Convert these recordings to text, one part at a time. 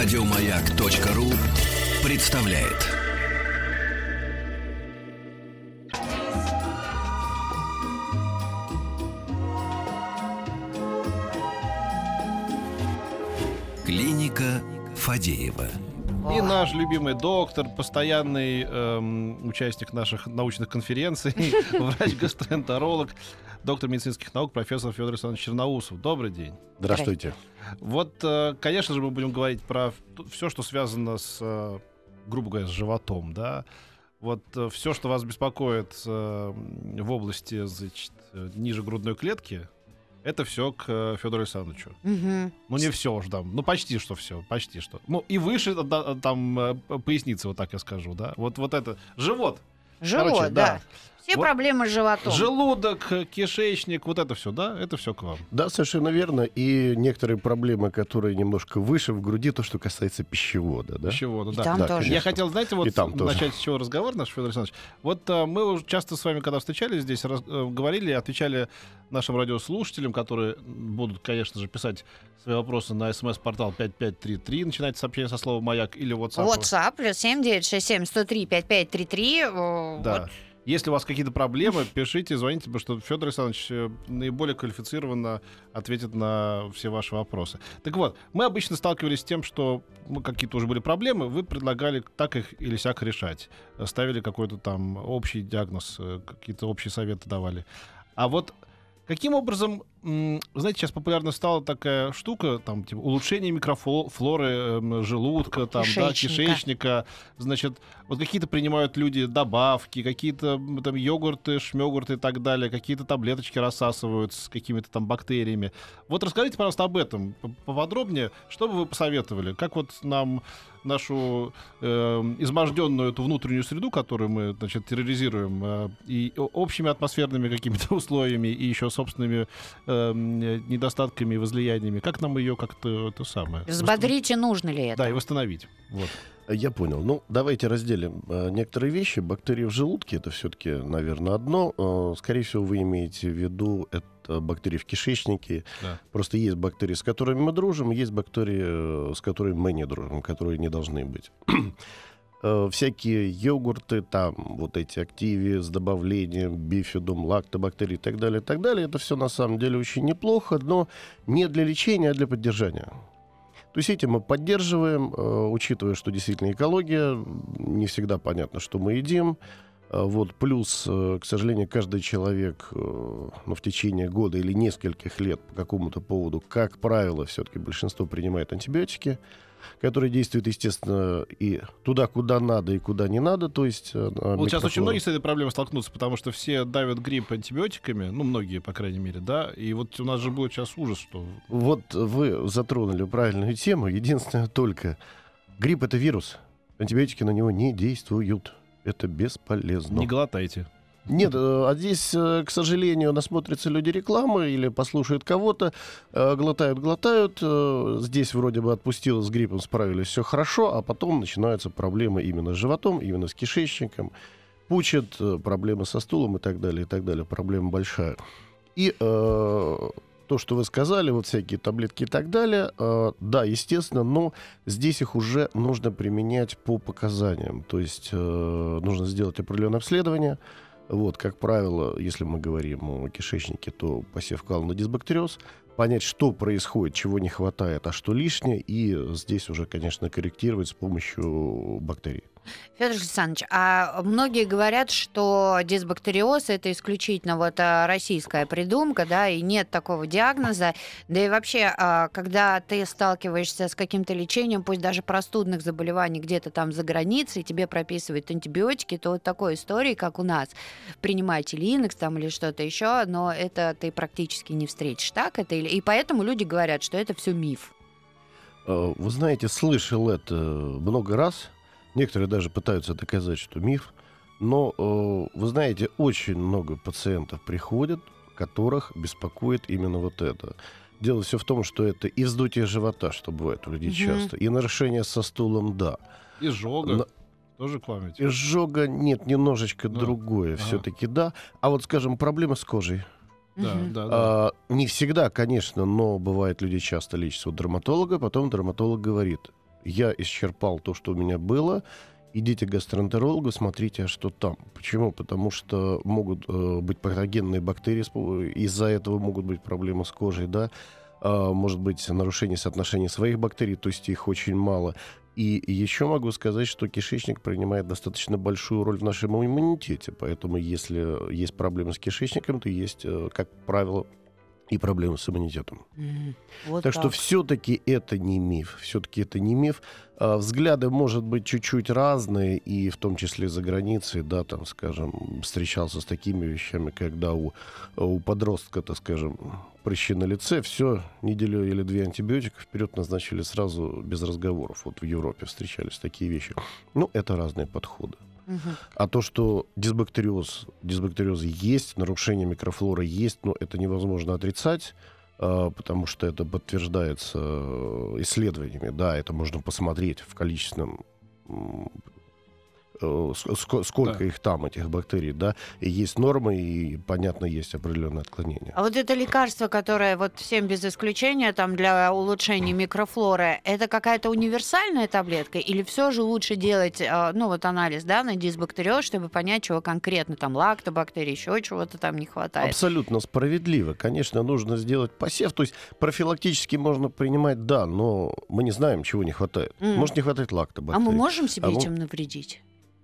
Радиомаяк.ру представляет. Клиника Фадеева. И наш любимый доктор, постоянный участник наших научных конференций, врач-гастроэнтеролог, доктор медицинских наук, профессор Федор Александрович Черноусов. Добрый день. Здравствуйте. Вот, конечно же, мы будем говорить про все, что связано с, грубо говоря, с животом, да. Вот все, что вас беспокоит в области, значит, ниже грудной клетки, это все к Федору Александровичу. Угу. Ну, не все уж там. Ну, почти что все. Почти что. Ну, и выше там поясницы, вот так я скажу, да. Вот это. Живот. Живот, Короче, да. Все Вот проблемы с животом. Желудок, кишечник, вот это все, да? Это все к вам. Да, совершенно верно. И некоторые проблемы, которые немножко выше в груди, то, что касается пищевода, да? Пищевода, И да. там Да, тоже. конечно. Я хотел, знаете, вот И там тоже. начать с чего разговор наш, Федор Александрович. Вот мы уже часто с вами, когда встречались здесь, говорили, отвечали нашим радиослушателям, которые будут, конечно же, писать свои вопросы на смс-портал 5533, начинайте сообщение со слова «Маяк» или WhatsApp. WhatsApp плюс 7967-103-5533. Да. Вот. Если у вас какие-то проблемы, пишите, звоните, потому что Федор Александрович наиболее квалифицированно ответит на все ваши вопросы. Так вот, мы обычно сталкивались с тем, что какие-то уже были проблемы, вы предлагали так их или сяк решать. Ставили какой-то там общий диагноз, какие-то общие советы давали. А вот каким образом, знаете, сейчас популярна стала такая штука, там, типа, улучшение микрофлоры желудка, там, да, кишечника. Значит, вот какие-то принимают люди добавки, какие-то там йогурты, шмёгурты и так далее, какие-то таблеточки рассасывают с какими-то там бактериями. Вот расскажите, пожалуйста, об этом поподробнее. Что бы вы посоветовали? Как вот нам нашу изможденную эту внутреннюю среду, которую мы, значит, терроризируем, и общими атмосферными какими-то условиями, и еще собственными недостатками и возлияниями, как нам ее как-то это самое... Взбодрить и нужно ли это? Да, и восстановить. Вот. Я понял. Ну, давайте разделим некоторые вещи. Бактерии в желудке — это все-таки, наверное, одно. Скорее всего, вы имеете в виду это бактерии в кишечнике. Да. Просто есть бактерии, с которыми мы дружим, есть бактерии, с которыми мы не дружим, которые не должны быть. Всякие йогурты, там вот эти активи с добавлением бифидум, лактобактерий и так далее, это все на самом деле очень неплохо, но не для лечения, а для поддержания. То есть этим мы поддерживаем, учитывая, что действительно экология, не всегда понятно, что мы едим. Вот, плюс, к сожалению, каждый человек в течение года или нескольких лет по какому-то поводу, как правило, все-таки большинство принимает антибиотики, которые действуют, естественно, и туда, куда надо, и куда не надо. То есть, вот сейчас очень многие с этой проблемой столкнутся, потому что все давят грипп антибиотиками, ну, многие, по крайней мере, да, и вот у нас же будет сейчас ужас, что... Вот вы затронули правильную тему. Единственное только, грипп — это вирус. Антибиотики на него не действуют. Это бесполезно. Не глотайте. Нет, а здесь, к сожалению, насмотрятся люди рекламы или послушают кого-то, глотают. Здесь вроде бы отпустило, с гриппом справились, все хорошо, а потом начинаются проблемы именно с животом, именно с кишечником. Пучат, проблемы со стулом и так далее, проблема большая. И то, что вы сказали, вот всякие таблетки и так далее, да, естественно, но здесь их уже нужно применять по показаниям. То есть нужно сделать определенное обследование. Вот, как правило, если мы говорим о кишечнике, то посев кала на дисбактериоз, понять, что происходит, чего не хватает, а что лишнее, и здесь уже, конечно, корректировать с помощью бактерий. Федор Александрович, а многие говорят, что дисбактериоз — это исключительно вот российская придумка, да, и нет такого диагноза. Да и вообще, когда ты сталкиваешься с каким-то лечением, пусть даже простудных заболеваний где-то там за границей, тебе прописывают антибиотики, то вот такой истории, как у нас, принимайте Линекс там или что-то еще, но это ты практически не встретишь, так это? И поэтому люди говорят, что это все миф. Вы знаете, слышал это много раз. Некоторые даже пытаются доказать, что миф. Но, вы знаете, очень много пациентов приходят, которых беспокоит именно вот это. Дело все в том, что это и вздутие живота, что бывает у людей часто, и нарушение со стулом, да. Изжога. Тоже к вам ведь? Изжога, нет, немножечко другое все-таки, да. А вот, скажем, проблемы с кожей. Да. Не всегда, конечно, но бывает, люди часто лечатся у дерматолога, потом дерматолог говорит: я исчерпал то, что у меня было, идите к гастроэнтерологу, смотрите, а что там. Почему? Потому что могут быть патогенные бактерии, из-за этого могут быть проблемы с кожей, да, может быть нарушение соотношения своих бактерий, то есть их очень мало. И еще могу сказать, что кишечник принимает достаточно большую роль в нашем иммунитете, поэтому если есть проблемы с кишечником, то есть, как правило, и проблемы с иммунитетом. Вот так что все-таки это не миф. Все-таки это не миф. Взгляды, может быть, чуть-чуть разные, и в том числе за границей, да, там, скажем, встречался с такими вещами, когда у подростка, так скажем, прыщи на лице, все, неделю или две антибиотиков вперед назначили сразу без разговоров. Вот в Европе встречались такие вещи. Ну, это разные подходы. А то, что дисбактериоз есть, нарушение микрофлоры есть, но это невозможно отрицать, потому что это подтверждается исследованиями. Да, это можно посмотреть в количественном... сколько их там, этих бактерий, да, и есть нормы, и, понятно, есть определенные отклонения. А вот это лекарство, которое вот всем без исключения там для улучшения микрофлоры, это какая-то универсальная таблетка или все же лучше делать, ну вот анализ, да, на дисбактериоз, чтобы понять, чего конкретно там лактобактерий, еще чего-то там не хватает? Абсолютно справедливо. Конечно, нужно сделать посев, то есть профилактически можно принимать, да, но мы не знаем, чего не хватает. Может не хватать лактобактерий. А мы можем себе этим навредить?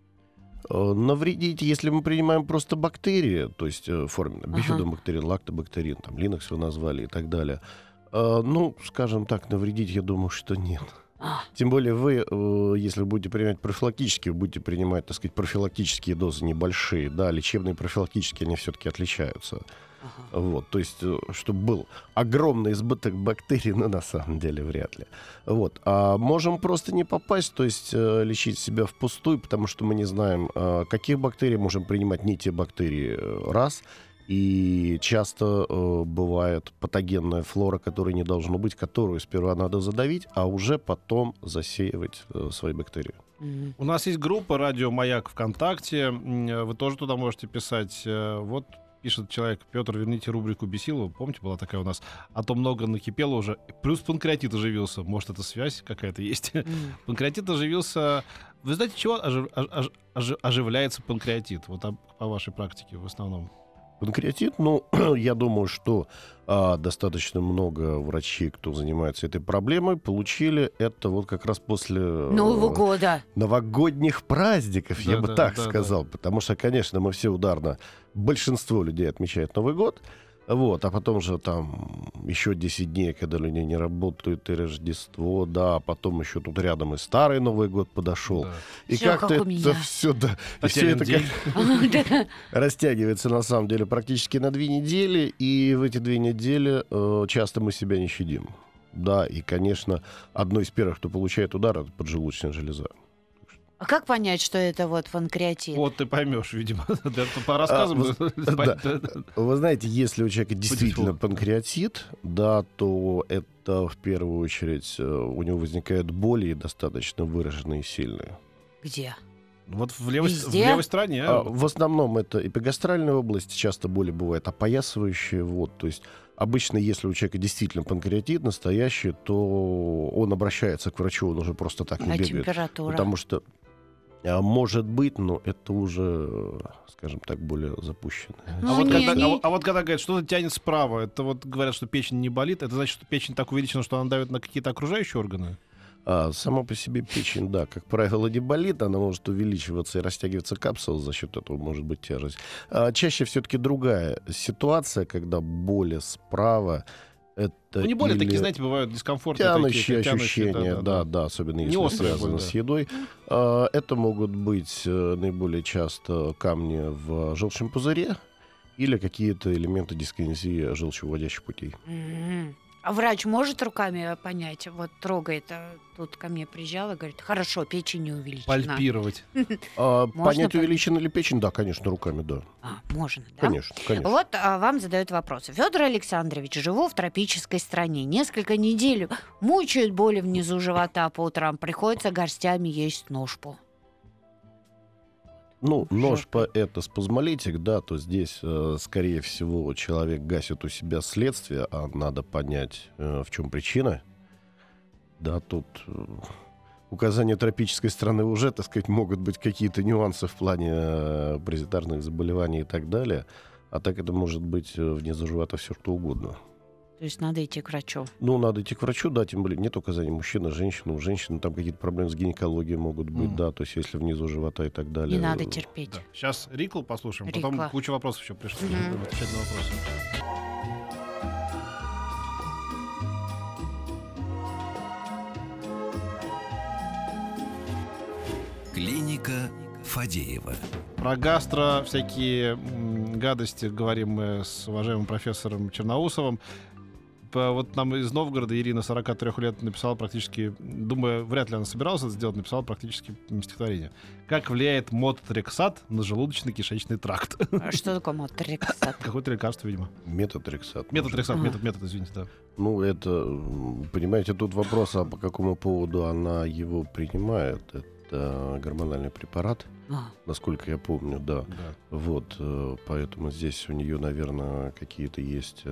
Навредить, если мы принимаем просто бактерии, то есть форменно, бифидобактерин, лактобактерин, там, линокс вы назвали и так далее, ну, скажем так, навредить, я думаю, что нет. Тем более вы, если будете принимать профилактически, вы будете принимать, так сказать, профилактические дозы небольшие, да, лечебные профилактические, они все-таки отличаются. Вот, то есть, чтобы был огромный избыток бактерий, но на самом деле вряд ли. Вот. А можем просто не попасть, то есть лечить себя впустую, потому что мы не знаем, каких бактерий можем принимать, не те бактерии, раз. И часто бывает патогенная флора, которой не должно быть, которую сперва надо задавить, а уже потом засеивать свои бактерии. У нас есть группа «Радио Маяк» ВКонтакте. Вы тоже туда можете писать. Вот пишет человек: Петр, верните рубрику Бесилова. Помните, была такая у нас? А то много накипело уже. Плюс панкреатит оживился. Может, это связь какая-то есть? Панкреатит оживился. Вы знаете, чего оживляется панкреатит? Вот по вашей практике в основном. Панкреатит, ну, я думаю, что достаточно много врачей, кто занимается этой проблемой, получили это вот как раз после Нового года, новогодних праздников, да, я бы так сказал. Потому что, конечно, мы все ударно, большинство людей отмечает Новый год, вот, а потом же там еще 10 дней, когда люди не работают, и Рождество, да, а потом еще тут рядом и Старый Новый год подошел. Да. И всё как-то это все, да, и все это растягивается на самом деле практически на 2 недели, и в эти 2 недели часто мы себя не щадим. Да, и, конечно, одно из первых, кто получает удар, это поджелудочная железа. А как понять, что это вот панкреатит? Вот ты поймешь, видимо. По рассказам. Вы знаете, если у человека действительно панкреатит, да, то это в первую очередь у него возникают боли достаточно выраженные и сильные. Где? Вот в левой стороне. В основном это эпигастральная область, часто боли бывают опоясывающие. Вот, то есть обычно, если у человека действительно панкреатит настоящий, то он обращается к врачу, он уже просто так не бегает. Температура? Потому что может быть, но это уже, скажем так, более запущено. А вот когда говорят, что-то тянет справа, это вот говорят, что печень не болит, это значит, что печень так увеличена, что она давит на какие-то окружающие органы? Сама по себе печень, да, как правило, не болит, она может увеличиваться и растягиваться капсула, за счет этого может быть тяжесть. Чаще все-таки другая ситуация, когда боли справа. Это не боли, такие, знаете, бывают дискомфорты. Тянущие ощущения, да, особенно если связаны с едой. Это могут быть наиболее часто камни в желчном пузыре или какие-то элементы дискинезии желчевыводящих путей. А врач может руками понять, вот трогает, тут ко мне приезжала, говорит, хорошо, печень не увеличена. Пальпировать. Понять, увеличена ли печень? Да, конечно, руками, да. Можно, да? Конечно. Вот вам задают вопрос. Федор Александрович, живу в тропической стране. Несколько недель мучают боли внизу живота по утрам. Приходится горстями есть ножпу. Ну, ножпа — это спазмолитик, да, то здесь, скорее всего, человек гасит у себя следствие, а надо понять, в чем причина. Да, тут указания тропической страны уже, так сказать, могут быть какие-то нюансы в плане паразитарных заболеваний и так далее. А так это может быть внизу живота все что угодно. То есть надо идти к врачу. Ну, надо идти к врачу, да, тем более нет указаний мужчина, женщина. У женщины там какие-то проблемы с гинекологией могут быть, да, то есть если внизу живота и так далее. Не надо терпеть. Да. Сейчас Рикл послушаем, Рикла. потом куча вопросов еще пришло. Будем отвечать на вопросы. Клиника Фадеева. Про гастро всякие гадости говорим мы с уважаемым профессором Черноусовым. Вот нам из Новгорода Ирина, 43 лет, написала практически, думаю, вряд ли она собиралась это сделать, написала практически стихотворение. Как влияет мотрексат на желудочно-кишечный тракт? А что такое мотрексат? Какое-то лекарство, видимо. Метотрексат. Метотрексат, метод, извините, да. Ну, это, понимаете, тут вопрос, а по какому поводу она его принимает. Это гормональный препарат, насколько я помню, да. Вот, поэтому здесь у нее, наверное, какие-то есть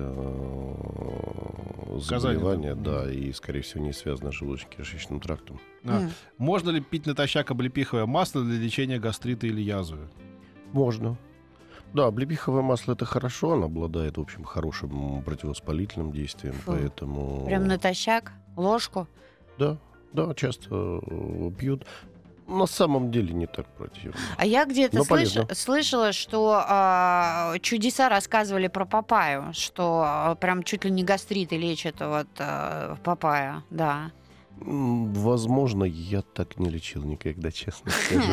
заболевания, да, и, скорее всего, не связаны с желудочно-кишечным трактом. Можно ли пить натощак облепиховое масло для лечения гастрита или язвы? Можно. Да, облепиховое масло — это хорошо, оно обладает, в общем, хорошим противовоспалительным действием, поэтому... Прям натощак? Ложку? Да, часто пьют. На самом деле не так противно. А я где-то слышала, что чудеса рассказывали про папайю, что прям чуть ли не гастриты лечат вот папайя, да. Возможно, я так не лечил никогда, честно скажу.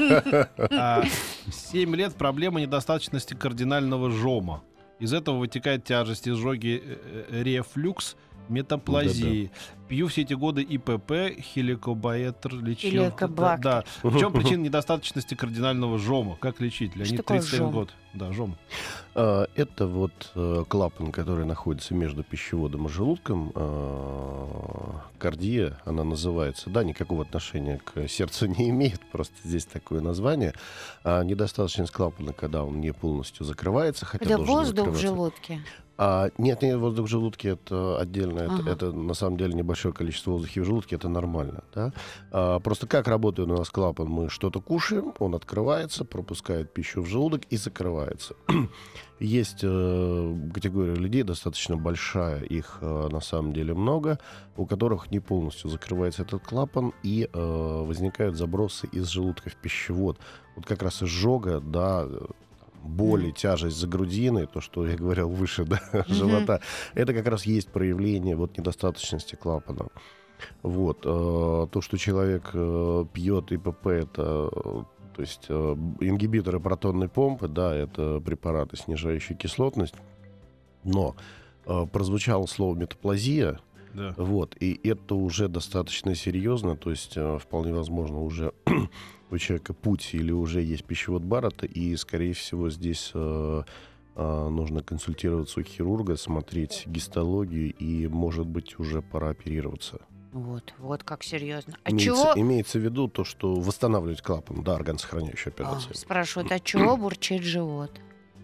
7 лет проблема недостаточности кардинального жома. Из этого вытекает тяжесть, изжоги, рефлюкс, метаплазии. Да. Пью все эти годы ИПП, хеликобактер лечил. Да. В чем причина недостаточности кардинального жома? Как лечить? Леонид, 31 год. Да, жом. Это вот клапан, который находится между пищеводом и желудком. Кардия, она называется. Да, никакого отношения к сердцу не имеет, просто здесь такое название. Недостаточность клапана, когда он не полностью закрывается, хотя это должен воздух закрываться. В желудке? Нет, воздух в желудке — это отдельно. Это на самом деле небольшое количество воздуха в желудке, это нормально. Да? Просто как работает у нас клапан? Мы что-то кушаем, он открывается, пропускает пищу в желудок и закрывается. Есть категория людей достаточно большая, их на самом деле много, у которых не полностью закрывается этот клапан, и возникают забросы из желудка в пищевод. Вот как раз изжога, да, боли, тяжесть за грудиной, то, что я говорил выше, да, живота, это как раз есть проявление вот недостаточности клапана. Вот. То, что человек пьет ИПП, это, то есть ингибиторы протонной помпы, да, это препараты, снижающие кислотность, но прозвучало слово метаплазия, да. Вот, и это уже достаточно серьезно, то есть вполне возможно уже у человека путь или уже есть пищевод Баррета, и, скорее всего, здесь нужно консультироваться у хирурга, смотреть гистологию, и, может быть, уже пора оперироваться. Вот как серьезно. Имеется в виду то, что восстанавливать клапан, да, органосохраняющая операция. Спрашивают, от чего бурчит живот?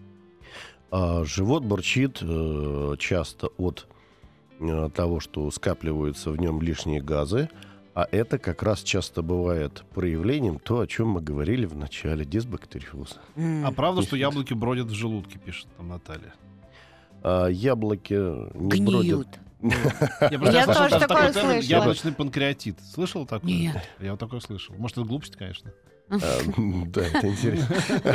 Живот бурчит часто от того, что скапливаются в нем лишние газы, а это как раз часто бывает проявлением то, о чем мы говорили в начале, дисбактериоза. А правда, что яблоки бродят в желудке, пишет там Наталья? Яблоки не гниют. Бродят. Я тоже такое слышала. Яблочный панкреатит. Слышал такое? Нет. Я вот такое слышал. Может, это глупость, конечно. Да, это интересно.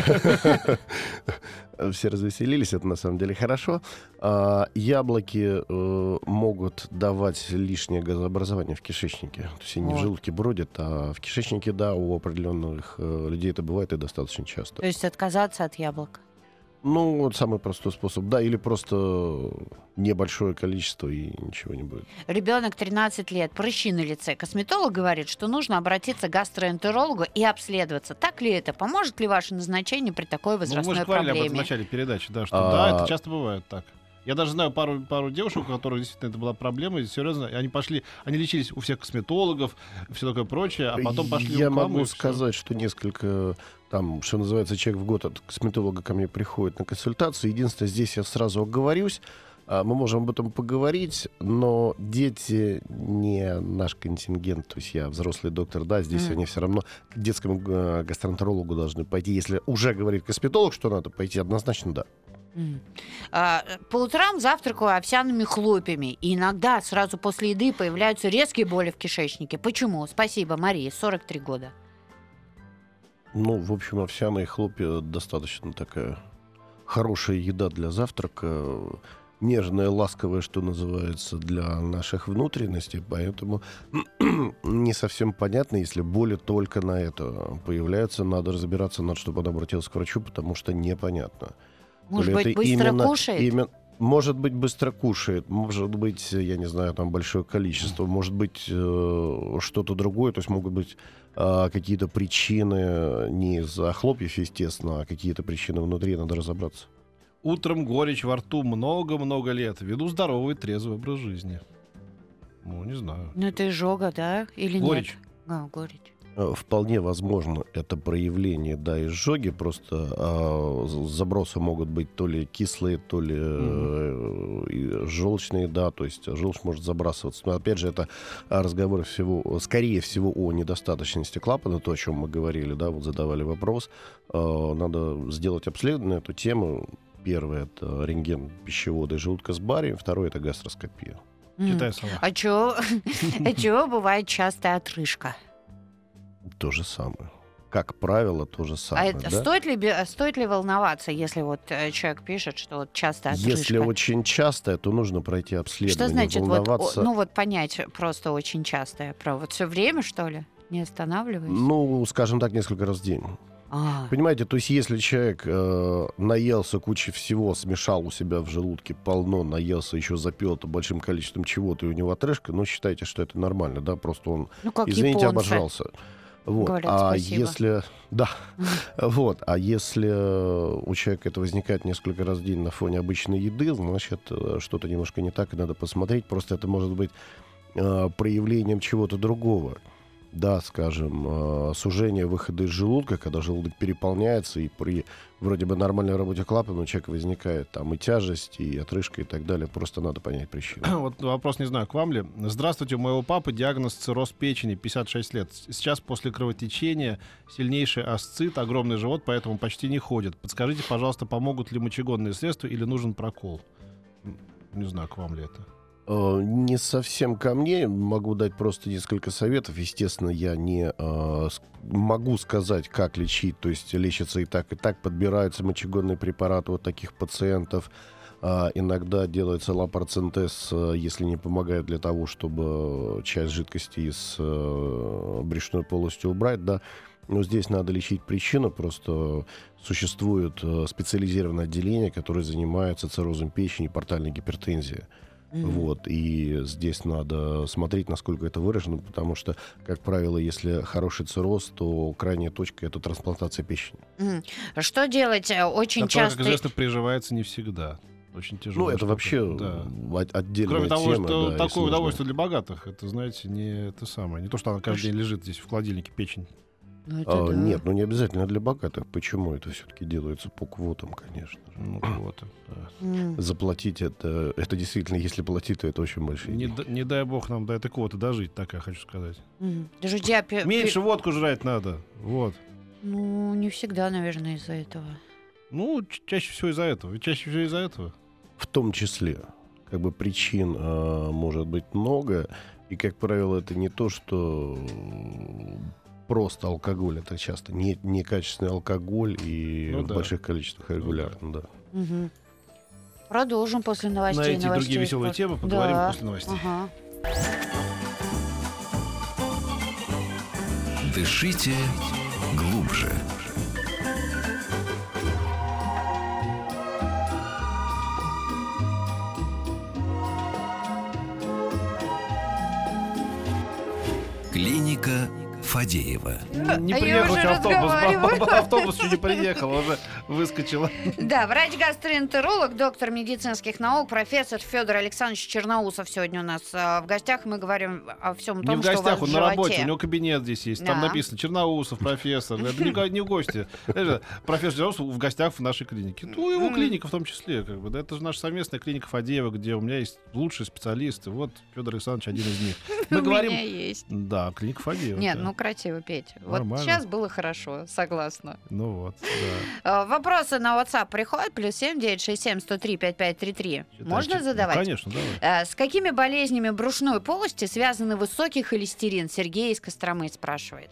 Все развеселились, это на самом деле хорошо. Яблоки могут давать лишнее газообразование в кишечнике. То есть они в желудке бродят, а в кишечнике, да, у определенных людей это бывает и достаточно часто. То есть отказаться от яблок? Ну, вот самый простой способ, да, или просто небольшое количество, и ничего не будет. Ребенок 13 лет, прыщи на лице. Косметолог говорит, что нужно обратиться к гастроэнтерологу и обследоваться. Так ли это? Поможет ли ваше назначение при такой возрастной мы проблеме? Об этом в начале передачи, да, что да, это часто бывает так. Я даже знаю пару девушек, у которых действительно это была проблема, и серьезно, они лечились у всех косметологов, все такое прочее, а потом пошли Я могу сказать, что несколько, там, что называется, человек в год от косметолога ко мне приходит на консультацию. Единственное, здесь я сразу оговорюсь, Мы можем об этом поговорить, но дети не наш контингент. То есть я взрослый доктор, да, здесь они все равно к детскому гастроэнтерологу должны пойти. Если уже говорит косметолог, что надо пойти, однозначно да. По утрам завтракаю овсяными хлопьями. И иногда сразу после еды появляются резкие боли в кишечнике. Почему? Спасибо, Мария, 43 года. Ну, в общем, овсяные хлопья достаточно такая хорошая еда для завтрака. Нежная, ласковая, что называется, для наших внутренностей. Поэтому не совсем понятно, если боли только на это появляются. Надо разбираться, надо, чтобы она обратилась к врачу, потому что непонятно. Может быть, быстро кушает? Может быть, быстро кушает. Может быть, я не знаю, там большое количество. Может быть, что-то другое. То есть могут быть какие-то причины не из-за хлопьев, естественно, а какие-то причины внутри. Надо разобраться. Утром горечь во рту много-много лет. Веду здоровый, трезвый образ жизни. Ну, не знаю. Ну, это изжога, да? Или горечь. Нет? Горечь. Вполне возможно, это проявление, да, изжоги. Просто забросы могут быть то ли кислые, то ли желчные, да. То есть желчь может забрасываться. Но, опять же, это разговор скорее всего, о недостаточности клапана, то, о чем мы говорили, да, вот задавали вопрос. Надо сделать обследование на эту тему. Первое — это рентген пищевода и желудка с барием. Второе — это гастроскопия. Читай сама. А чего бывает частая отрыжка? То же самое. Как правило, то же самое. Да? Стоит ли волноваться, если вот человек пишет, что вот частая отрыжка? Если очень частая, то нужно пройти обследование. Что значит волноваться... понять просто очень частая? Вот все время, что ли? Не останавливаясь? Ну, скажем так, несколько раз в день. Понимаете, то есть если человек наелся кучей всего, смешал у себя в желудке полно, наелся, еще запил это большим количеством чего-то, и у него отрыжка, ну, считайте, что это нормально, да, просто он, извините, обожрался. Вот. Говорят, если а если у человека это возникает несколько раз в день на фоне обычной еды, значит, что-то немножко не так, и надо посмотреть. Просто это может быть проявлением чего-то другого. Да, скажем, сужение выхода из желудка, когда желудок переполняется, и при вроде бы нормальной работе клапана у человека возникает там и тяжесть, и отрыжка, и так далее. Просто надо понять причину. Вот вопрос, не знаю, к вам ли. Здравствуйте, у моего папы диагноз цирроз печени, 56 лет. Сейчас после кровотечения сильнейший асцит, огромный живот, поэтому почти не ходит. Подскажите, пожалуйста, помогут ли мочегонные средства или нужен прокол? Не знаю, к вам ли это. Не совсем ко мне. Могу дать просто несколько советов. Естественно, я не могу сказать, как лечить. То есть лечится и так, подбираются мочегонные препараты у таких пациентов. Иногда делается лапароцентез, если не помогает, для того, чтобы часть жидкости из брюшной полости убрать, да. Но здесь надо лечить причину. Просто существует специализированное отделение, которое занимается циррозом печени и портальной гипертензией. Вот, и здесь надо смотреть, насколько это выражено, потому что, как правило, если хороший цирроз, то крайняя точка — это трансплантация печени. Что делать? Очень часто... как известно, приживается не всегда. Очень тяжело. Ну, это вообще отдельная тема. Кроме того, что да, такое удовольствие для богатых, это, знаете, не то самое. Не то, что она каждый день лежит здесь в холодильнике, печень. Нет, ну не обязательно для богатых. Почему? Это все-таки делается по квотам, конечно же. Ну, квоты, да. Заплатить это действительно, если платить, то это очень большие деньги. Не дай бог нам до этой квоты дожить, так я хочу сказать. Друзья, меньше водку жрать надо. Вот. Ну, не всегда, наверное, из-за этого. Ну, чаще всего из-за этого. В том числе. Как бы причин может быть много. И, как правило, это не то, что... Просто алкоголь, это часто некачественный алкоголь и в больших количествах регулярно, да. Продолжим после новостей. На эти другие веселые темы поговорим после новостей. Дышите глубже. Клиника Фадеева. Не приехал еще автобус. Автобус еще не приехал. выскочила. Да, врач-гастроэнтеролог, доктор медицинских наук, профессор Федор Александрович Черноусов сегодня у нас в гостях. Мы говорим о всем Не том, в что у вас гостях, в он на работе, у животе. него кабинет здесь есть. Там Да. написано Черноусов, профессор. Это не гости. Это профессор Черноусов в гостях в нашей клинике. Ну, его клиника в том числе. Как бы, да, это же наша совместная клиника Фадеева, где у меня есть лучшие специалисты. Вот Федор Александрович один из них. Мы У говорим... меня есть. Да, клиника Фадеева. Нет, да. ну красиво, Петь. Вот Нормально. сейчас было хорошо, согласна. Ну вот, да. Вопросы на WhatsApp приходят, +7 967 103 5533. Можно задавать? Конечно, давай. С какими болезнями брюшной полости связаны высокий холестерин? Сергей из Костромы спрашивает.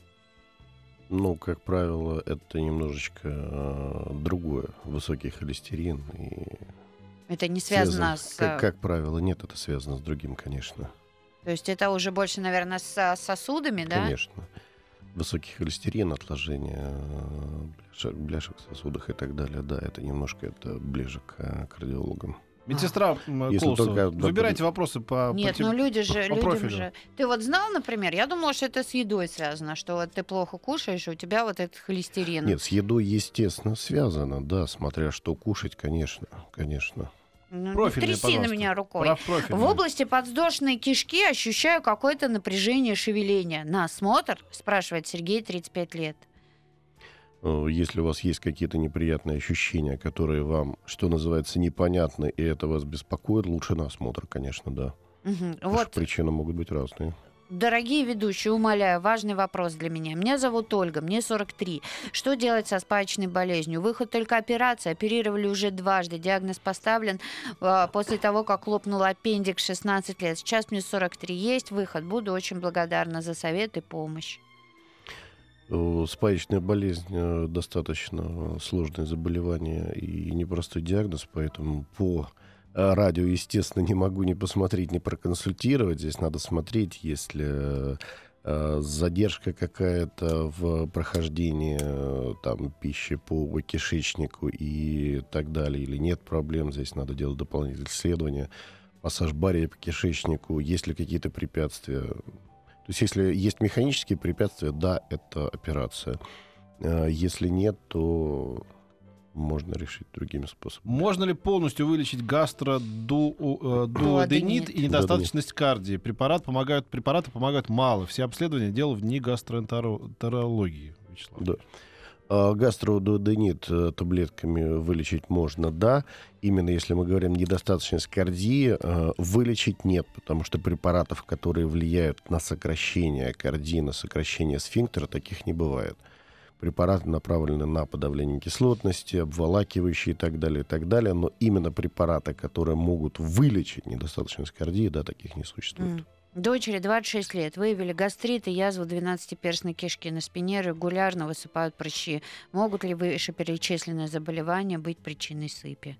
Ну, как правило, это немножечко другое. Высокий холестерин. И Это не связано с... Как правило, нет, это связано с другим, конечно. То есть это уже больше, наверное, с сосудами, да? Конечно. Высокий холестерин, отложение бляшек в сосудах и так далее. Да, это немножко ближе к кардиологам. Медсестра Если Колосова, только- выбирайте вопросы по... Нет, по ну люди же, по людям профилю. же... Ты вот знал, например, я думала, что это с едой связано, что вот ты плохо кушаешь, и у тебя вот этот холестерин. Нет, с едой, естественно, связано, да, смотря что кушать, конечно, конечно. Ну, не Профильные, тряси на пожалуйста. меня рукой. Прав профильные. В области подвздошной кишки ощущаю какое-то напряжение шевеления. На осмотр? Спрашивает Сергей, 35 лет. Если у вас есть какие-то неприятные ощущения, которые вам, что называется, непонятны, и это вас беспокоит, лучше на осмотр, конечно, да. Мгм. Потому Вот, что причины могут быть разные. дорогие ведущие, умоляю, важный вопрос для меня. Меня зовут Ольга, мне 43. Что делать со спаечной болезнью? Выход только операция. Оперировали уже дважды. Диагноз поставлен после того, как лопнул аппендикс 16 лет. Сейчас мне 43. Есть выход. Буду очень благодарна за совет и помощь. Спаечная болезнь достаточно сложное заболевание и непростой диагноз, поэтому по радио, естественно, не могу ни посмотреть, ни проконсультировать. Здесь надо смотреть, если задержка какая-то в прохождении там, пищи по кишечнику и так далее, или нет проблем. Здесь надо делать дополнительные исследования. Массаж бария по кишечнику, есть ли какие-то препятствия. То есть если есть механические препятствия, да, это операция. Если нет, то можно решить другими способами. Можно ли полностью вылечить гастродуоденит и недостаточность кардии? Препараты помогают мало. Все обследования делал в НИИ гастроэнтерологии. Вячеслав. Да. Гастродуоденит таблетками вылечить можно, да. Именно если мы говорим недостаточность кардии, вылечить нет, потому что препаратов, которые влияют на сокращение кардии, на сокращение сфинктера, таких не бывает. Препараты направлены на подавление кислотности, обволакивающие и так далее, но именно препараты, которые могут вылечить недостаточность кардии, да, таких не существует. Дочери 26 лет. Выявили гастрит и язву 12-перстной кишки. На спине регулярно высыпают прыщи. Могут ли вышеперечисленные заболевания быть причиной сыпи?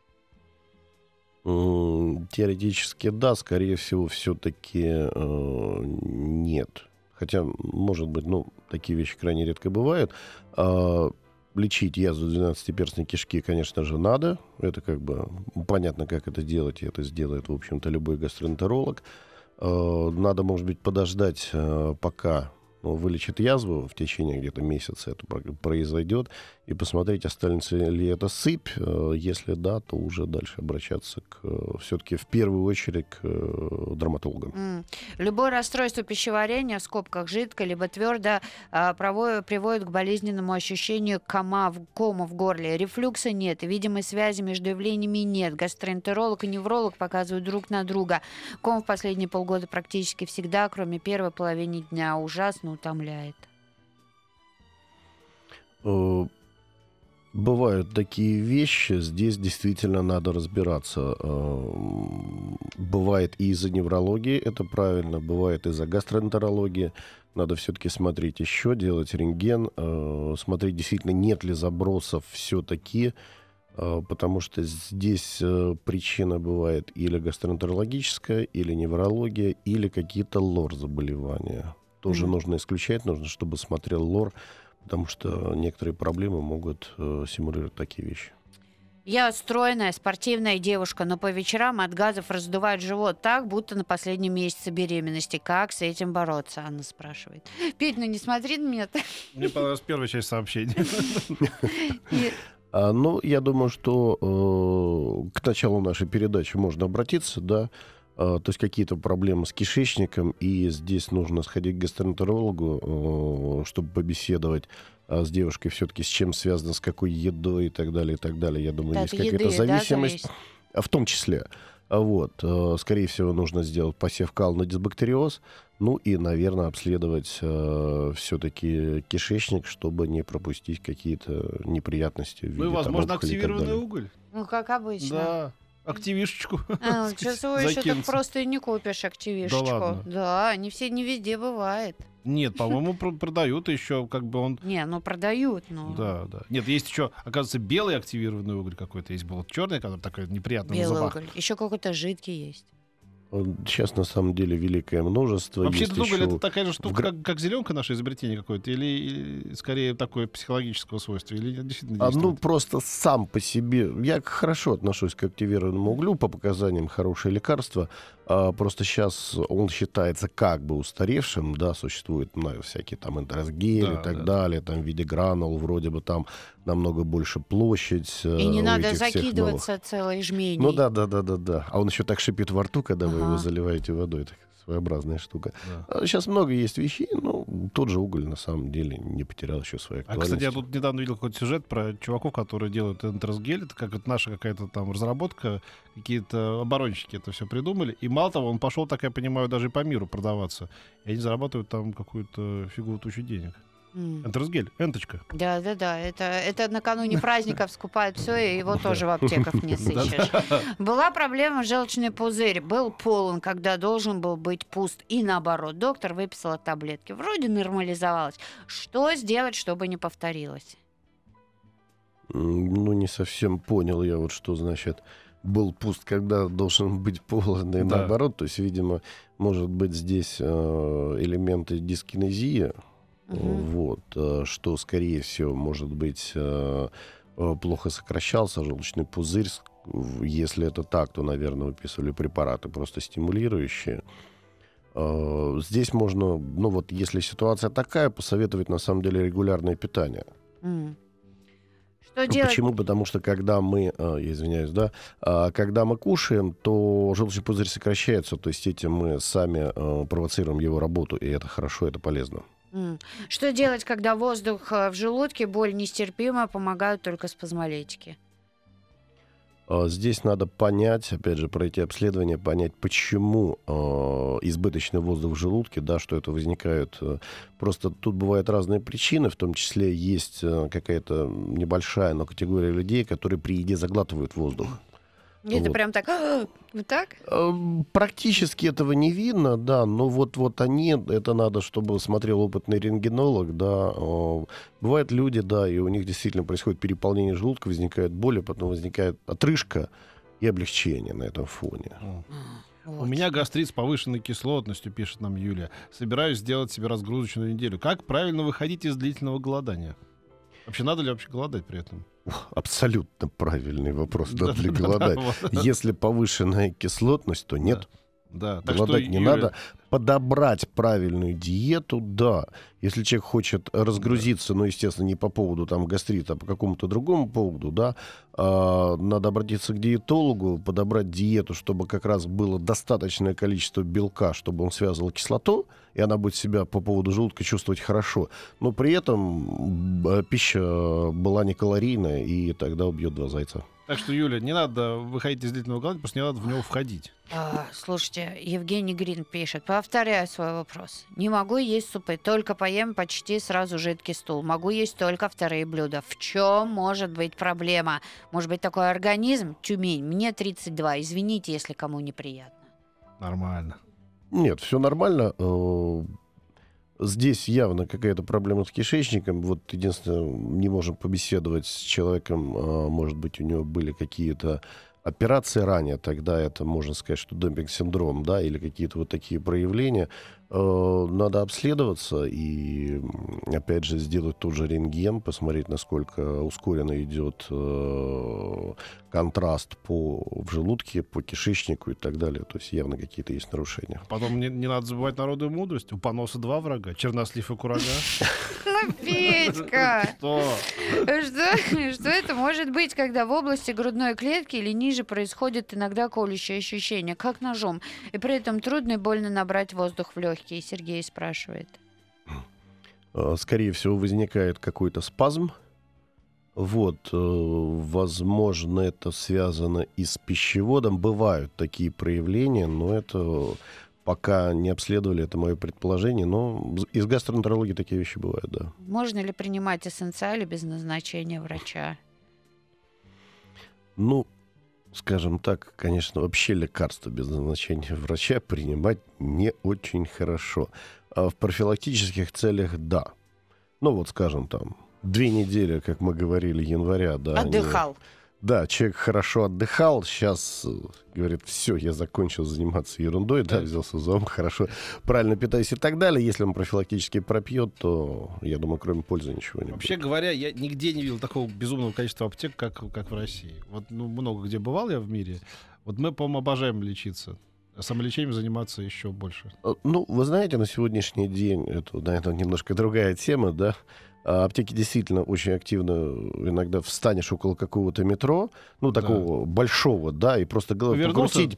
Теоретически да, скорее всего, все-таки нет. Хотя, может быть, такие вещи крайне редко бывают. Лечить язву 12-перстной кишки, конечно же, надо. Это как бы понятно, как это делать. И это сделает, в общем-то, любой гастроэнтеролог. Надо, может быть, подождать, пока вылечит язву, в течение где-то месяца это произойдет, и посмотреть, останется ли это сыпь. Если да, то уже дальше обращаться все-таки в первую очередь к дерматологам. Любое расстройство пищеварения, в скобках жидко, либо твердо, приводит к болезненному ощущению кома в горле. Рефлюкса нет, и видимой связи между явлениями нет. Гастроэнтеролог и невролог показывают друг на друга. Ком в последние полгода практически всегда, кроме первой половины дня, ужасно утомляет. Бывают такие вещи, здесь действительно надо разбираться. Бывает и из-за неврологии, это правильно, бывает из-за гастроэнтерологии. Надо все-таки смотреть еще, делать рентген, смотреть, действительно, нет ли забросов все-таки, потому что здесь причина бывает или гастроэнтерологическая, или неврология, или какие-то лор-заболевания. Тоже нужно исключать, нужно, чтобы смотрел лор, потому что некоторые проблемы могут симулировать такие вещи. Я стройная, спортивная девушка, но по вечерам от газов раздувает живот так, будто на последнем месяце беременности. Как с этим бороться? Анна спрашивает. Петь, ну не смотри на меня так. Мне понравилась первая часть сообщения. Ну, я думаю, что к началу нашей передачи можно обратиться, да, то есть какие-то проблемы с кишечником, и здесь нужно сходить к гастроэнтерологу, чтобы побеседовать с девушкой все-таки, с чем связано, с какой едой и так далее, и так далее. Я думаю, Так, есть какая-то еды, да, зависимость, в том числе. Вот, скорее всего, нужно сделать посев кал на дисбактериоз, ну и, наверное, обследовать все-таки кишечник, чтобы не пропустить какие-то неприятности в виде Ну и, возможно, опухолей и так активированный далее. уголь. Ну, как обычно. Да, активишечку. Сейчас его еще так закинуться. просто и не купишь, активишечку. Да ладно? Да, не везде бывает. Нет, по-моему, продают еще, как бы он... Не, ну продают, ну. Да, да. Нет, есть еще, оказывается, белый активированный уголь какой-то есть. Был черный, который такой неприятный на Белый зубах. уголь. Еще какой-то жидкий есть. Сейчас, на самом деле, великое множество. Вообще, Есть этот уголь еще это такая же штука, гра- как зеленка, наше изобретение какое-то, или скорее такое психологического свойства, или действительно ну, действует? просто сам по себе. Я хорошо отношусь к активированному углю, по показаниям хорошее лекарство. Просто сейчас он считается как бы устаревшим, да, существуют всякие там энтеросгели Да, и так да. далее, там в виде гранул, вроде бы там намного больше площадь. И не у надо этих всех новых. закидываться целой жменей. Ну да. А он еще так шипит во рту, когда вы его Ага. заливаете водой. Это своеобразная штука. Да. Сейчас много есть вещей, но тот же уголь на самом деле не потерял еще своей А, актуальности. кстати, я тут недавно видел какой-то сюжет про чуваков, которые делают энтеросгель. Это как это наша какая-то там разработка, какие-то оборонщики это все придумали. И мало того, он пошел, так я понимаю, даже и по миру продаваться. И они зарабатывают там какую-то фиговую тучу денег. Энтеросгель, энточка. Да. Это накануне праздников скупают все, и его тоже в аптеках не сыщешь. Была проблема, желчный пузырь был полон, когда должен был быть пуст. И наоборот, доктор выписала таблетки. Вроде нормализовалось. Что сделать, чтобы не повторилось? Ну, не совсем понял я, вот что значит был пуст, когда должен быть полон, и Да. наоборот. То есть, видимо, может быть здесь элементы дискинезии, вот, что, скорее всего, может быть, плохо сокращался желчный пузырь. Если это так, то, наверное, выписывали препараты просто стимулирующие. Здесь можно, ну вот, если ситуация такая, посоветовать, на самом деле, регулярное питание. Что делать? Почему? Потому что когда мы, я извиняюсь, да, когда мы кушаем, то желчный пузырь сокращается, то есть этим мы сами провоцируем его работу, и это хорошо, это полезно. Что делать, когда воздух в желудке, боль нестерпимая, помогают только спазмолитики? Здесь надо понять, опять же, пройти обследование, понять, почему избыточный воздух в желудке, да, что это возникает. Просто тут бывают разные причины, в том числе есть какая-то небольшая, но категория людей, которые при еде заглатывают воздух. Это Вот. прям так, вот так? Практически этого не видно, да, но вот они, это надо, чтобы смотрел опытный рентгенолог, да. Бывают люди, да, и у них действительно происходит переполнение желудка, возникает боль, а потом возникает отрыжка и облегчение на этом фоне. У меня гастрит с повышенной кислотностью, пишет нам Юлия. Собираюсь сделать себе разгрузочную неделю. Как правильно выходить из длительного голодания? Вообще, надо ли вообще голодать при этом? Абсолютно правильный вопрос, надо ли Да, голодать. вот. Если повышенная кислотность, то нет. Да, так Голодать что, не Юля, надо. Подобрать правильную диету, да. Если человек хочет разгрузиться, ну, естественно, не по поводу там гастрита, а по какому-то другому поводу, да, надо обратиться к диетологу, подобрать диету, чтобы как раз было достаточное количество белка, чтобы он связывал кислоту, и она будет себя по поводу желудка чувствовать хорошо. Но при этом пища была не калорийная, и тогда убьет два зайца. Так что, Юля, не надо выходить из длительного голодания, просто не надо в него входить. Слушайте, Евгений Грин пишет, повторяю свой вопрос. Не могу есть супы, только поем почти сразу жидкий стул. Могу есть только вторые блюда. В чем может быть проблема? Может быть такой организм? Тюмень, мне 32. Извините, если кому неприятно. Нормально. Нет, все нормально. Здесь явно какая-то проблема с кишечником. Вот единственное, не можем побеседовать с человеком. Может быть, у него были какие-то операции ранее. Тогда это можно сказать, что демпинг-синдром, да, или какие-то вот такие проявления. Надо обследоваться и, опять же, сделать тот же рентген, посмотреть, насколько ускоренно идет контраст в желудке, по кишечнику и так далее. То есть явно какие-то есть нарушения. Потом не надо забывать народную мудрость. У поноса 2 врага. Чернослив и курага. Ну, Петька! Что? Что это может быть, когда в области грудной клетки или ниже происходит иногда колющее ощущение, как ножом, и при этом трудно и больно набрать воздух в легкие? Сергей спрашивает. Скорее всего, возникает какой-то спазм. Возможно, это связано и с пищеводом. Бывают такие проявления, но это пока не обследовали, это мое предположение. Но из гастроэнтерологии такие вещи бывают, да. Можно ли принимать эссенциали без назначения врача? Ну, скажем так, конечно, вообще лекарства без назначения врача принимать не очень хорошо. А в профилактических целях — да. Ну, вот, скажем, там, 2 недели, как мы говорили, января, да. Отдыхал. Да, человек хорошо отдыхал, сейчас говорит, все, я закончил заниматься ерундой, да, взялся за ум, хорошо, правильно питаюсь и так далее. Если он профилактически пропьет, то, я думаю, кроме пользы ничего не будет. Вообще говоря, я нигде не видел такого безумного количества аптек, как в России. Вот много где бывал я в мире. Вот мы, по-моему, обожаем лечиться. А самолечением заниматься еще больше. Ну, вы знаете, на сегодняшний день, это немножко другая тема, да. Аптеки действительно очень активно, иногда встанешь около какого-то метро, такого большого, да, и просто покрутить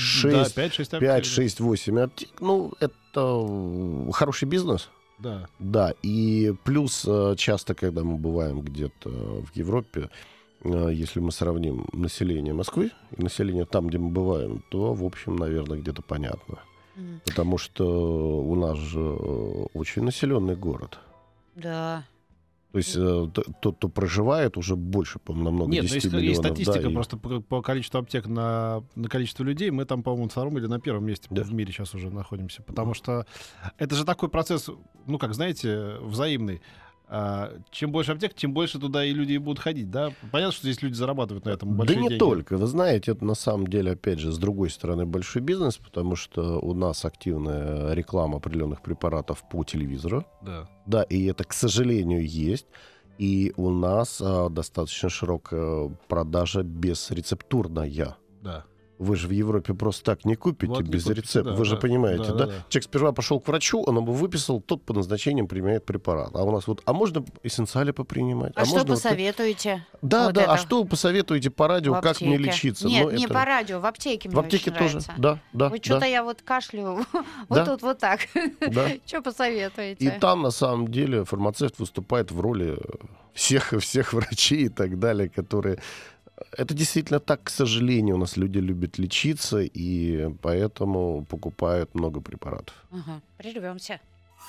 5-6-8 аптек. Ну, это хороший бизнес. Да. Да, и плюс часто, когда мы бываем где-то в Европе, если мы сравним население Москвы и население там, где мы бываем, то, в общем, наверное, где-то понятно. Потому что у нас же очень населенный город. Да. То есть тот, кто проживает, уже больше, по-моему, намного 10 миллионов. Нет, есть статистика, да, просто по количеству аптек на количество людей. Мы там, по-моему, на 2-м или на 1-м месте в мире сейчас уже находимся. Потому что это же такой процесс, как знаете, взаимный. Чем больше аптек, тем больше туда и люди будут ходить, да? Понятно, что здесь люди зарабатывают на этом большие деньги. Да не только. Вы знаете, это на самом деле, опять же, с другой стороны, большой бизнес, потому что у нас активная реклама определенных препаратов по телевизору. Да. Да, и это, к сожалению, есть. И у нас достаточно широкая продажа безрецептурная. Да. Вы же в Европе просто так не купите Вот без не купите, рецепта. да, Вы же понимаете, да? да? Человек сперва пошел к врачу, он ему выписал, тот по назначениям применяет препарат. А у нас можно эссенциали попринимать? А что можно посоветуете? Да, Вот да. это. А что вы посоветуете по радио, как мне лечиться? Нет, Ну, не это... по радио, в аптеке мне В аптеке очень тоже, нравится. да. Вот что-то я вот кашляю, Да. вот тут вот так. Да. Что посоветуете? И там, на самом деле, фармацевт выступает в роли всех врачей и так далее, которые... Это действительно так, к сожалению. У нас люди любят лечиться, и поэтому покупают много препаратов. Ага, прервемся.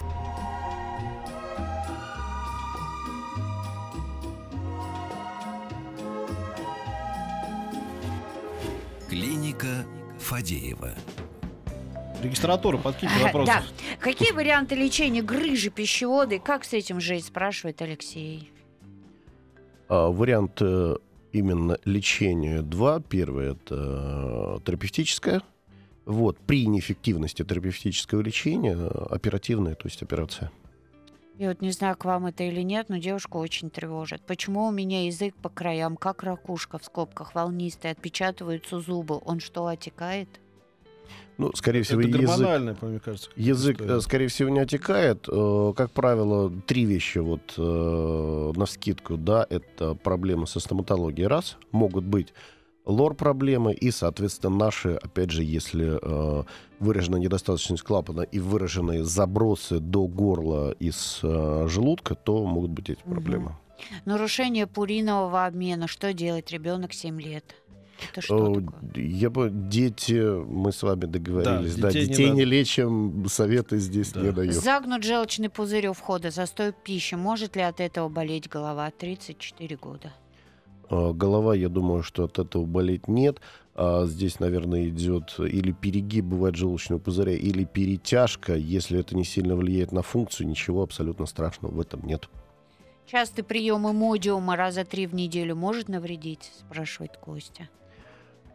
Клиника Фадеева. Регистратура, подкиньте вопросы. Да. Какие варианты лечения грыжи пищевода и как с этим жить, спрашивает Алексей. Вариант именно лечения 2. Первое — это терапевтическое. При неэффективности терапевтического лечения оперативное, то есть операция. Я вот не знаю, к вам это или нет, но девушку очень тревожит. Почему у меня язык по краям, как ракушка в скобках, волнистый, отпечатываются зубы? Он что, отекает? Ну, скорее всего, Это гормональное, мне кажется. язык, скорее всего, не отекает. Как правило, 3 вещи навскидку, да, это проблемы со стоматологией, раз, могут быть лор-проблемы и, соответственно, наши, опять же, если выражена недостаточность клапана и выраженные забросы до горла из желудка, то могут быть эти проблемы. Нарушение пуринового обмена. Что делать? Ребенок 7 лет. Это что такое? Дети, мы с вами договорились, Да, детей не лечим, советы здесь не даем. Загнут желчный пузырь у входа, застой пищи. Может ли от этого болеть голова? 34 года. Голова, я думаю, что от этого болеть нет. Здесь, наверное, идет или перегиб, бывает, желчного пузыря, или перетяжка. Если это не сильно влияет на функцию, ничего абсолютно страшного в этом нет. Частый прием имодиума раза 3 в неделю может навредить, спрашивает Костя.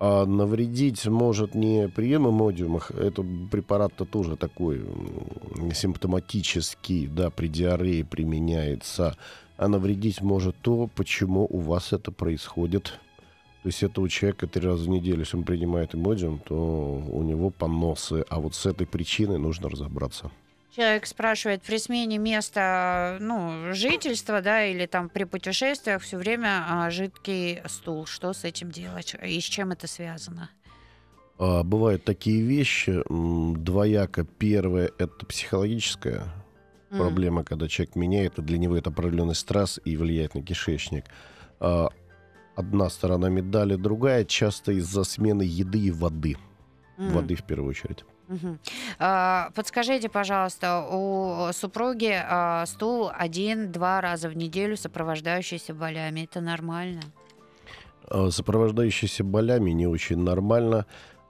А навредить может не прием имодиума, это препарат-то тоже такой симптоматический, да, при диарее применяется, а навредить может то, почему у вас это происходит. То есть это у человека 3 раза в неделю, если он принимает имодиум, то у него поносы, а вот с этой причиной нужно разобраться. Человек спрашивает, при смене места жительства, да, или там при путешествиях все время жидкий стул. Что с этим делать? И с чем это связано? Бывают такие вещи, двояко. Первое — это психологическая проблема, когда человек меняет, и для него это определенный стресс и влияет на кишечник. Одна сторона медали, другая часто из-за смены еды и воды. Воды в первую очередь. Подскажите, пожалуйста, у супруги стул 1-2 раза в неделю, сопровождающийся болями. Это нормально? Сопровождающийся болями не очень нормально.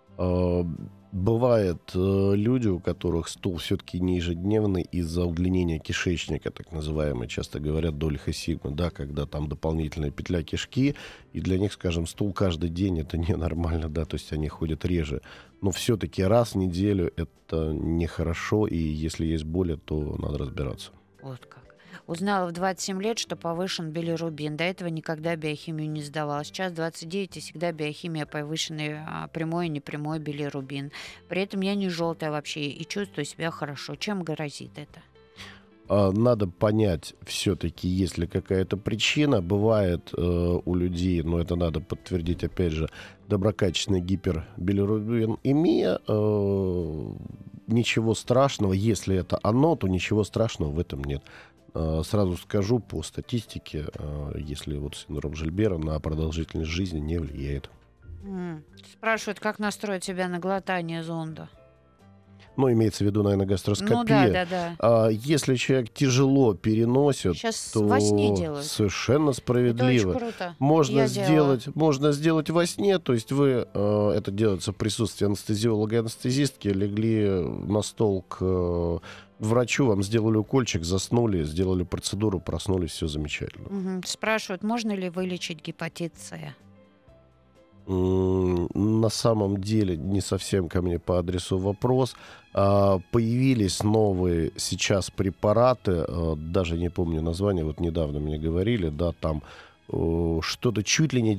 Бывают люди, у которых стул все-таки не ежедневный из-за удлинения кишечника, так называемый, часто говорят дольха сигма, да, когда там дополнительная петля кишки, и для них, скажем, стул каждый день это ненормально, да, то есть они ходят реже. Но все-таки раз в неделю это нехорошо, и если есть боли, то надо разбираться. Вот как. Узнала в 27 лет, что повышен билирубин. До этого никогда биохимию не сдавала. Сейчас 29, и всегда биохимия повышенный прямой и непрямой билирубин. При этом я не желтая вообще и чувствую себя хорошо. Чем грозит это? Надо понять, все-таки, есть ли какая-то причина. Бывает у людей, но это надо подтвердить, опять же, доброкачественная гипербилирубинемия. Ничего страшного, если это оно, то ничего страшного в этом нет. Сразу скажу, по статистике, если вот синдром Жильбера на продолжительность жизни не влияет. Спрашивают, как настроить себя на глотание зонда. Ну, имеется в виду, наверное, гастроскопия. Да. Если человек тяжело переносит, сейчас то во сне делают. совершенно справедливо. Это очень круто. Можно сделать во сне, то есть вы, это делается в присутствии анестезиолога и анестезистки, легли на стол к врачу, вам сделали укольчик, заснули, сделали процедуру, проснулись, все замечательно. Спрашивают, можно ли вылечить гепатит С? На самом деле не совсем ко мне по адресу вопрос. Появились новые сейчас препараты, даже не помню название, вот недавно мне говорили, да, там что-то чуть ли не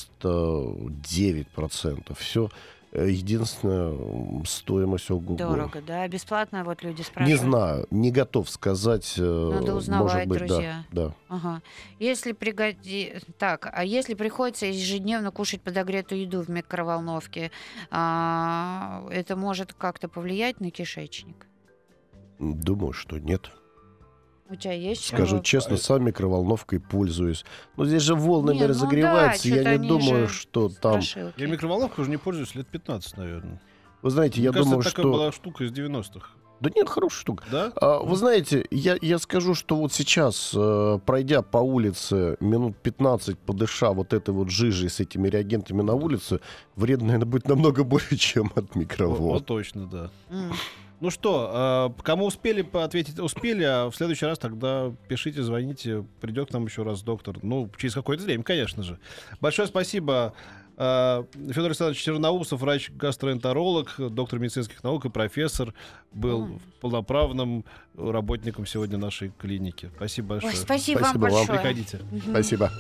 99%. Все. Единственное, стоимость ого-го. Дорого, да? Бесплатно, вот люди спрашивают. Не знаю, не готов сказать. Надо узнавать, может быть, друзья. Да. Ага. Если если приходится ежедневно кушать подогретую еду в микроволновке, это может как-то повлиять на кишечник? Думаю, что нет. У тебя есть? Скажу честно, сам микроволновкой пользуюсь. Но здесь же волнами разогревается, я не думаю, что там... Я микроволновкой уже не пользуюсь лет 15, наверное. Вы знаете, я думаю, что... такая была штука из 90-х. Да нет, хорошая штука. Да? Вы знаете, я скажу, что вот сейчас, пройдя по улице минут 15, подыша вот этой вот жижей с этими реагентами на улице, вред, наверное, будет намного больше, чем от микроволновки. Вот точно, да. Ну что, кому успели ответить, успели, а в следующий раз тогда пишите, звоните, придет к нам еще раз доктор. Ну, через какое-то время, конечно же. Большое спасибо. Федор Александрович Черноусов, врач-гастроэнтеролог, доктор медицинских наук и профессор, был полноправным работником сегодня нашей клиники. Спасибо большое. Ой, спасибо вам большое. Приходите. Спасибо.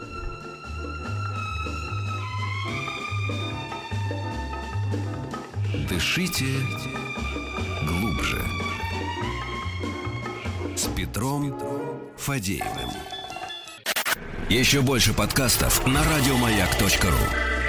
Дышите глубже. С Петром Фадеевым. Еще больше подкастов на радиомаяк.ру.